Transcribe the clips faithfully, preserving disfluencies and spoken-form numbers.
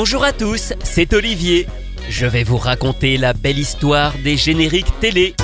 Bonjour à tous, c'est Olivier. Je vais vous raconter la belle histoire des génériques télé.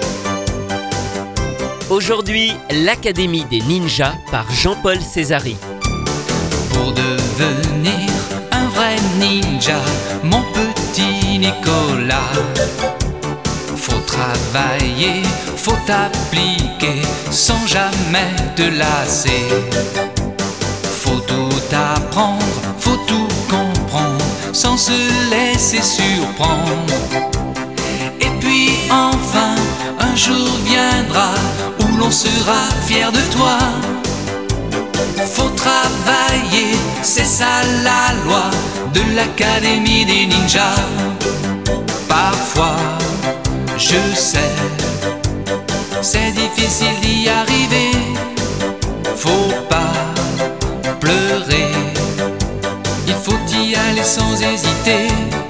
Aujourd'hui, l'Académie des ninjas par Jean-Paul Césari. Pour devenir un vrai ninja, mon petit Nicolas, faut travailler, faut appliquer sans jamais te lasser. Faut tout apprendre, faut tout comprendre sans se laisser surprendre. Et puis enfin, un jour viendra où l'on sera fier de toi. Faut travailler, c'est ça la loi de l'Académie des ninjas. Parfois, je sais, c'est difficile d'y arriver. Faut pas pleurer, il faut y aller sans hésiter.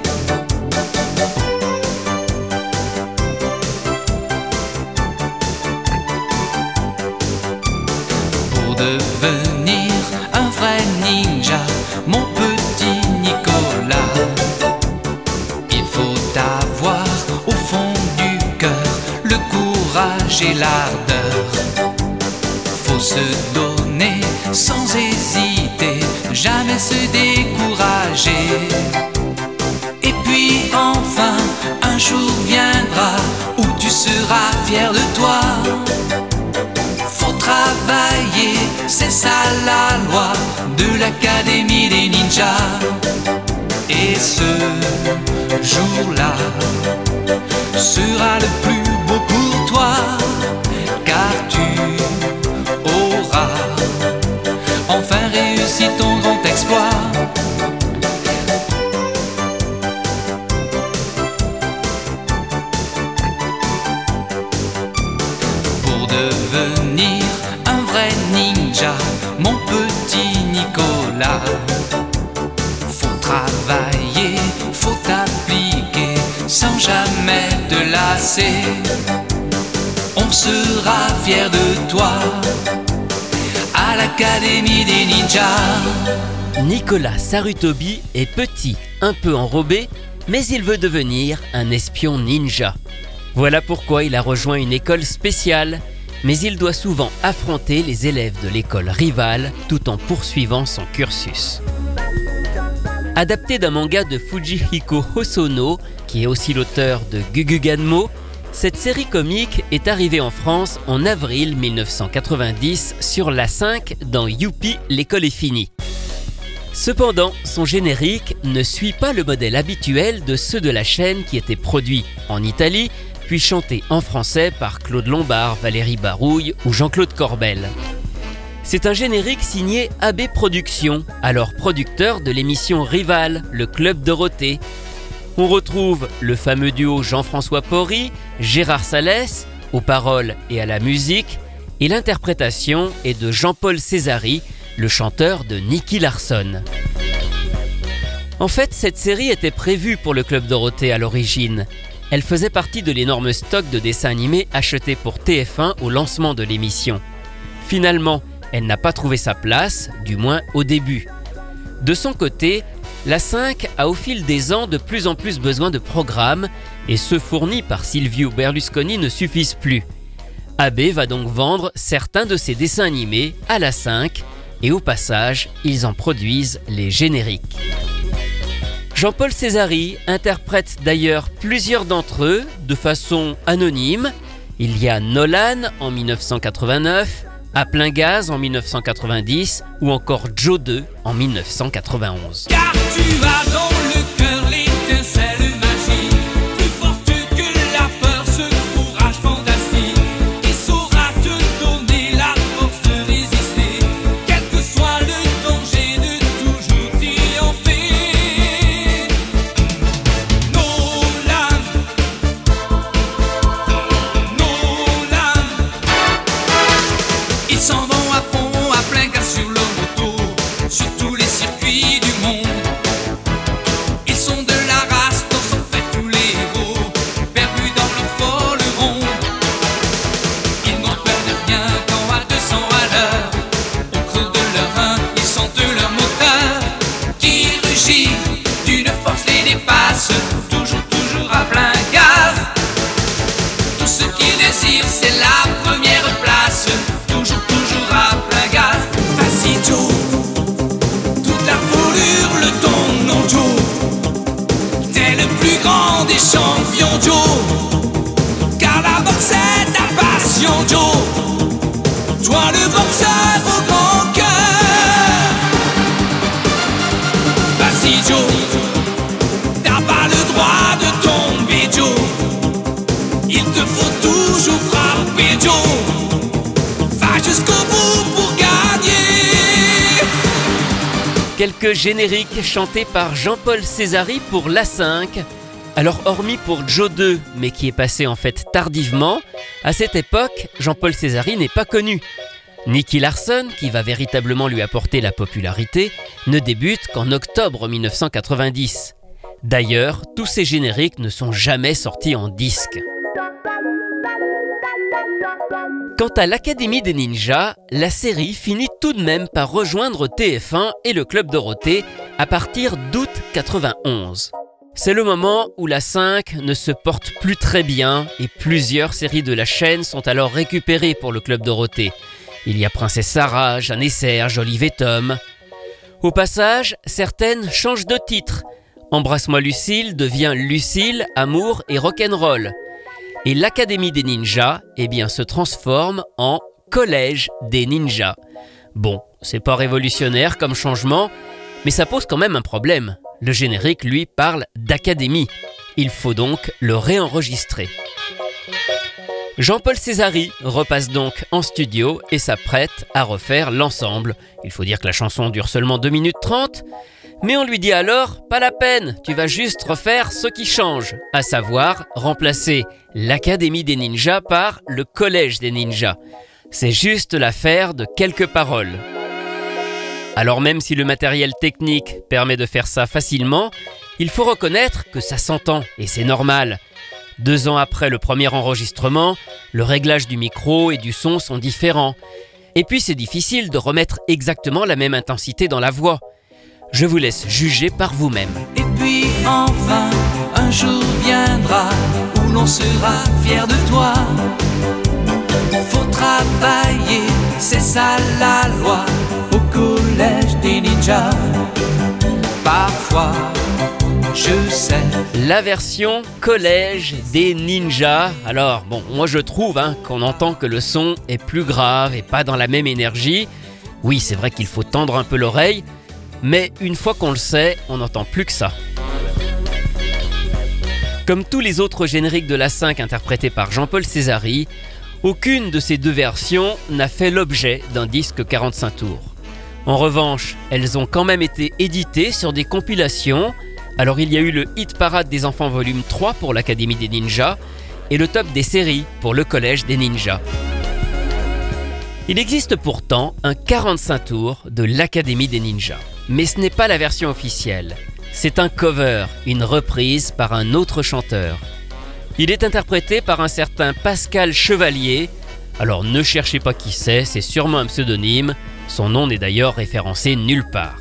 Pour devenir un vrai ninja, mon petit Nicolas, il faut avoir au fond du cœur le courage et l'ardeur. Faut se donner sans hésiter, jamais se décourager. Et puis enfin, un jour viendra où tu seras fier de toi. Faut travailler, c'est ça la loi de l'Académie des ninjas. Et ce jour-là sera le plus beau pour toi, car tu auras enfin réussi ton grand exploit. Pour devenir un vrai ninja, mon petit Nicolas, faut travailler, faut appliquer sans jamais te lasser. On sera fier de toi à l'Académie des ninjas. Nicolas Sarutobi est petit, un peu enrobé, mais il veut devenir un espion ninja. Voilà pourquoi il a rejoint une école spéciale, mais il doit souvent affronter les élèves de l'école rivale tout en poursuivant son cursus. Adapté d'un manga de Fujihiko Hosono, qui est aussi l'auteur de Guguganmo, cette série comique est arrivée en France en avril mille neuf cent quatre-vingt-dix sur la cinq dans Youpi, l'école est finie. Cependant, son générique ne suit pas le modèle habituel de ceux de la chaîne qui étaient produits en Italie, puis chantés en français par Claude Lombard, Valérie Barouille ou Jean-Claude Corbel. C'est un générique signé A B Productions, alors producteur de l'émission rivale, le Club Dorothée. On retrouve le fameux duo Jean-François Porry, Gérard Salès, aux paroles et à la musique, et l'interprétation est de Jean-Paul Césari, le chanteur de Nicky Larson. En fait, cette série était prévue pour le Club Dorothée à l'origine. Elle faisait partie de l'énorme stock de dessins animés achetés pour T F un au lancement de l'émission. Finalement, elle n'a pas trouvé sa place, du moins au début. De son côté, la cinq a au fil des ans de plus en plus besoin de programmes et ceux fournis par Silvio Berlusconi ne suffisent plus. A B va donc vendre certains de ses dessins animés à la cinq et au passage, ils en produisent les génériques. Jean-Paul Césari interprète d'ailleurs plusieurs d'entre eux de façon anonyme. Il y a Nolan en mille neuf cent quatre-vingt-neuf, À plein gaz en mille neuf cent quatre-vingt-dix ou encore Joe deux en mille neuf cent quatre-vingt-onze. Car tu as dans le cœur l'étincelle magique, plus forte que la peur, ce courage fantastique, qui saura te donner la force de résister, quel que soit le danger, de toujours triompher. Nolan, Nolan, ils s'en vont à fond, à plein gaz sur le moto, sur tous les circuits du monde. Ils sont de la race, dans son Vas-y Joe, t'as pas le droit de tomber Joe. Il te faut toujours frapper Joe. Va jusqu'au bout pour gagner. Quelques génériques chantés par Jean-Paul Césari pour l'A cinq. Alors hormis pour Joe deux, mais qui est passé en fait tardivement, à cette époque, Jean-Paul Césari n'est pas connu. Nicky Larson, qui va véritablement lui apporter la popularité, ne débute qu'en octobre mille neuf cent quatre-vingt-dix. D'ailleurs, tous ces génériques ne sont jamais sortis en disque. Quant à l'Académie des Ninjas, la série finit tout de même par rejoindre T F un et le Club Dorothée à partir d'août quatre-vingt-onze. C'est le moment où la cinq ne se porte plus très bien et plusieurs séries de la chaîne sont alors récupérées pour le Club Dorothée. Il y a Princesse Sarah, Jeanne et Serge, Olive et Tom. Au passage, certaines changent de titre. Embrasse-moi Lucille devient Lucille, Amour et Rock'n'Roll. Et l'Académie des Ninjas, eh bien, se transforme en Collège des Ninjas. Bon, c'est pas révolutionnaire comme changement, mais ça pose quand même un problème. Le générique, lui, parle d'académie. Il faut donc le réenregistrer. Jean-Paul Césari repasse donc en studio et s'apprête à refaire l'ensemble. Il faut dire que la chanson dure seulement deux minutes trente, mais on lui dit alors « Pas la peine, tu vas juste refaire ce qui change », à savoir remplacer l'Académie des Ninjas par le Collège des Ninjas. C'est juste l'affaire de quelques paroles. Alors même si le matériel technique permet de faire ça facilement, il faut reconnaître que ça s'entend et c'est normal. Deux ans après le premier enregistrement, le réglage du micro et du son sont différents. Et puis c'est difficile de remettre exactement la même intensité dans la voix. Je vous laisse juger par vous-même. Et puis enfin, un jour viendra où l'on sera fier de toi. Faut travailler, c'est ça la loi, au collège des ninjas. Parfois, je sais. La version Collège des Ninjas. Alors, bon, moi je trouve hein, qu'on entend que le son est plus grave et pas dans la même énergie. Oui, c'est vrai qu'il faut tendre un peu l'oreille, mais une fois qu'on le sait, on n'entend plus que ça. Comme tous les autres génériques de l'A cinq interprétés par Jean-Paul Césari, aucune de ces deux versions n'a fait l'objet d'un disque quarante-cinq tours. En revanche, elles ont quand même été éditées sur des compilations. Alors il y a eu le Hit Parade des enfants volume trois pour l'Académie des Ninjas et le Top des séries pour le Collège des Ninjas. Il existe pourtant un quarante-cinq tours de l'Académie des Ninjas, mais ce n'est pas la version officielle. C'est un cover, une reprise par un autre chanteur. Il est interprété par un certain Pascal Chevalier. Alors ne cherchez pas qui c'est, c'est sûrement un pseudonyme. Son nom n'est d'ailleurs référencé nulle part.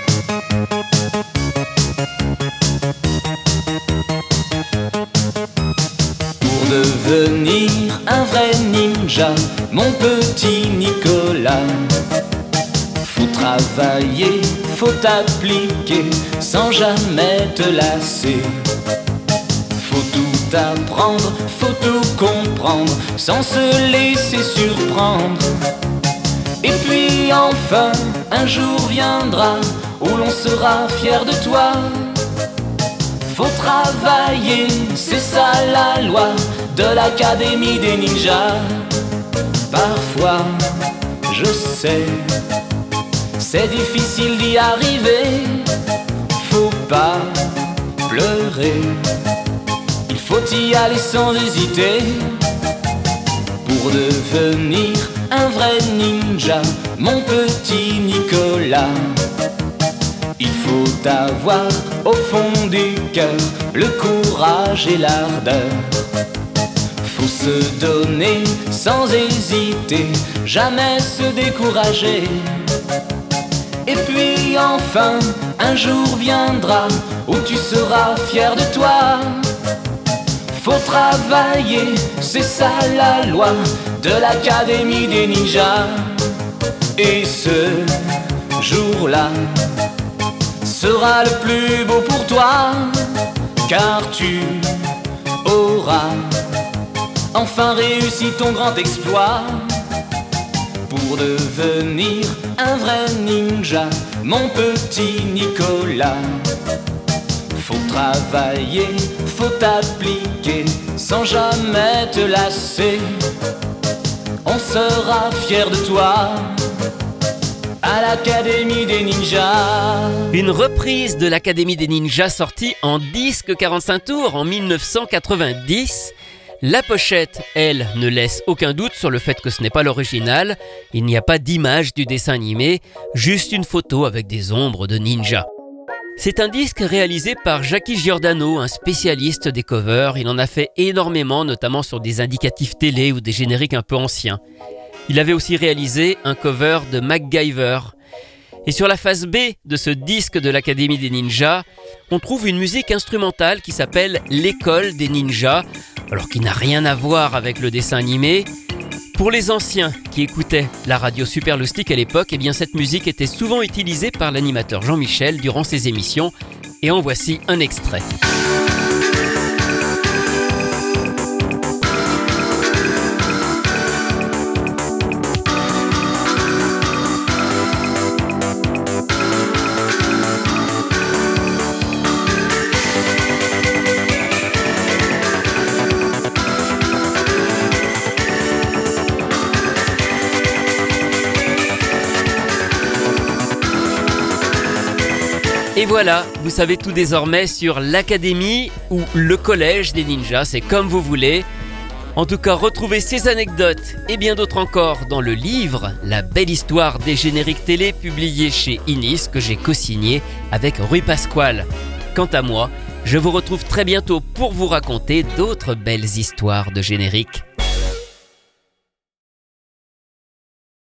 Pour devenir un vrai ninja, mon petit Nicolas, faut travailler, faut appliquer, sans jamais te lasser. Faut tout apprendre, faut tout comprendre, sans se laisser surprendre. Et puis enfin, un jour viendra où l'on sera fier de toi. Faut travailler, c'est ça la loi de l'Académie des Ninjas. Parfois, je sais, c'est difficile d'y arriver. Faut pas pleurer, il faut y aller sans hésiter. Pour devenir un vrai ninja, mon petit Nicolas, il faut avoir au fond du cœur le courage et l'ardeur. Faut se donner sans hésiter, jamais se décourager. Et puis enfin, un jour viendra où tu seras fier de toi. Faut travailler, c'est ça la loi de l'Académie des Ninjas. Et ce jour-là sera le plus beau pour toi, car tu auras enfin réussi ton grand exploit. pour devenir un vrai ninja, mon petit Nicolas. Faut travailler, faut t'appliquer, sans jamais te lasser. On sera fiers de toi à l'Académie des Ninjas. Une reprise de l'Académie des Ninjas sortie en disque quarante-cinq tours en mille neuf cent quatre-vingt-dix. La pochette, elle, ne laisse aucun doute sur le fait que ce n'est pas l'original. Il n'y a pas d'image du dessin animé, juste une photo avec des ombres de ninjas. C'est un disque réalisé par Jackie Giordano, un spécialiste des covers. Il en a fait énormément, notamment sur des indicatifs télé ou des génériques un peu anciens. Il avait aussi réalisé un cover de MacGyver. Et sur la face B de ce disque de l'Académie des Ninjas, on trouve une musique instrumentale qui s'appelle L'école des ninjas, alors qui n'a rien à voir avec le dessin animé. Pour les anciens qui écoutaient la radio Super Loustic à l'époque, eh bien cette musique était souvent utilisée par l'animateur Jean-Michel durant ses émissions. Et en voici un extrait. Et voilà, vous savez tout désormais sur l'Académie ou le Collège des Ninjas, c'est comme vous voulez. En tout cas, retrouvez ces anecdotes et bien d'autres encore dans le livre « La belle histoire des génériques télé » publié chez Inis que j'ai co-signé avec Rui Pasquale. Quant à moi, je vous retrouve très bientôt pour vous raconter d'autres belles histoires de génériques.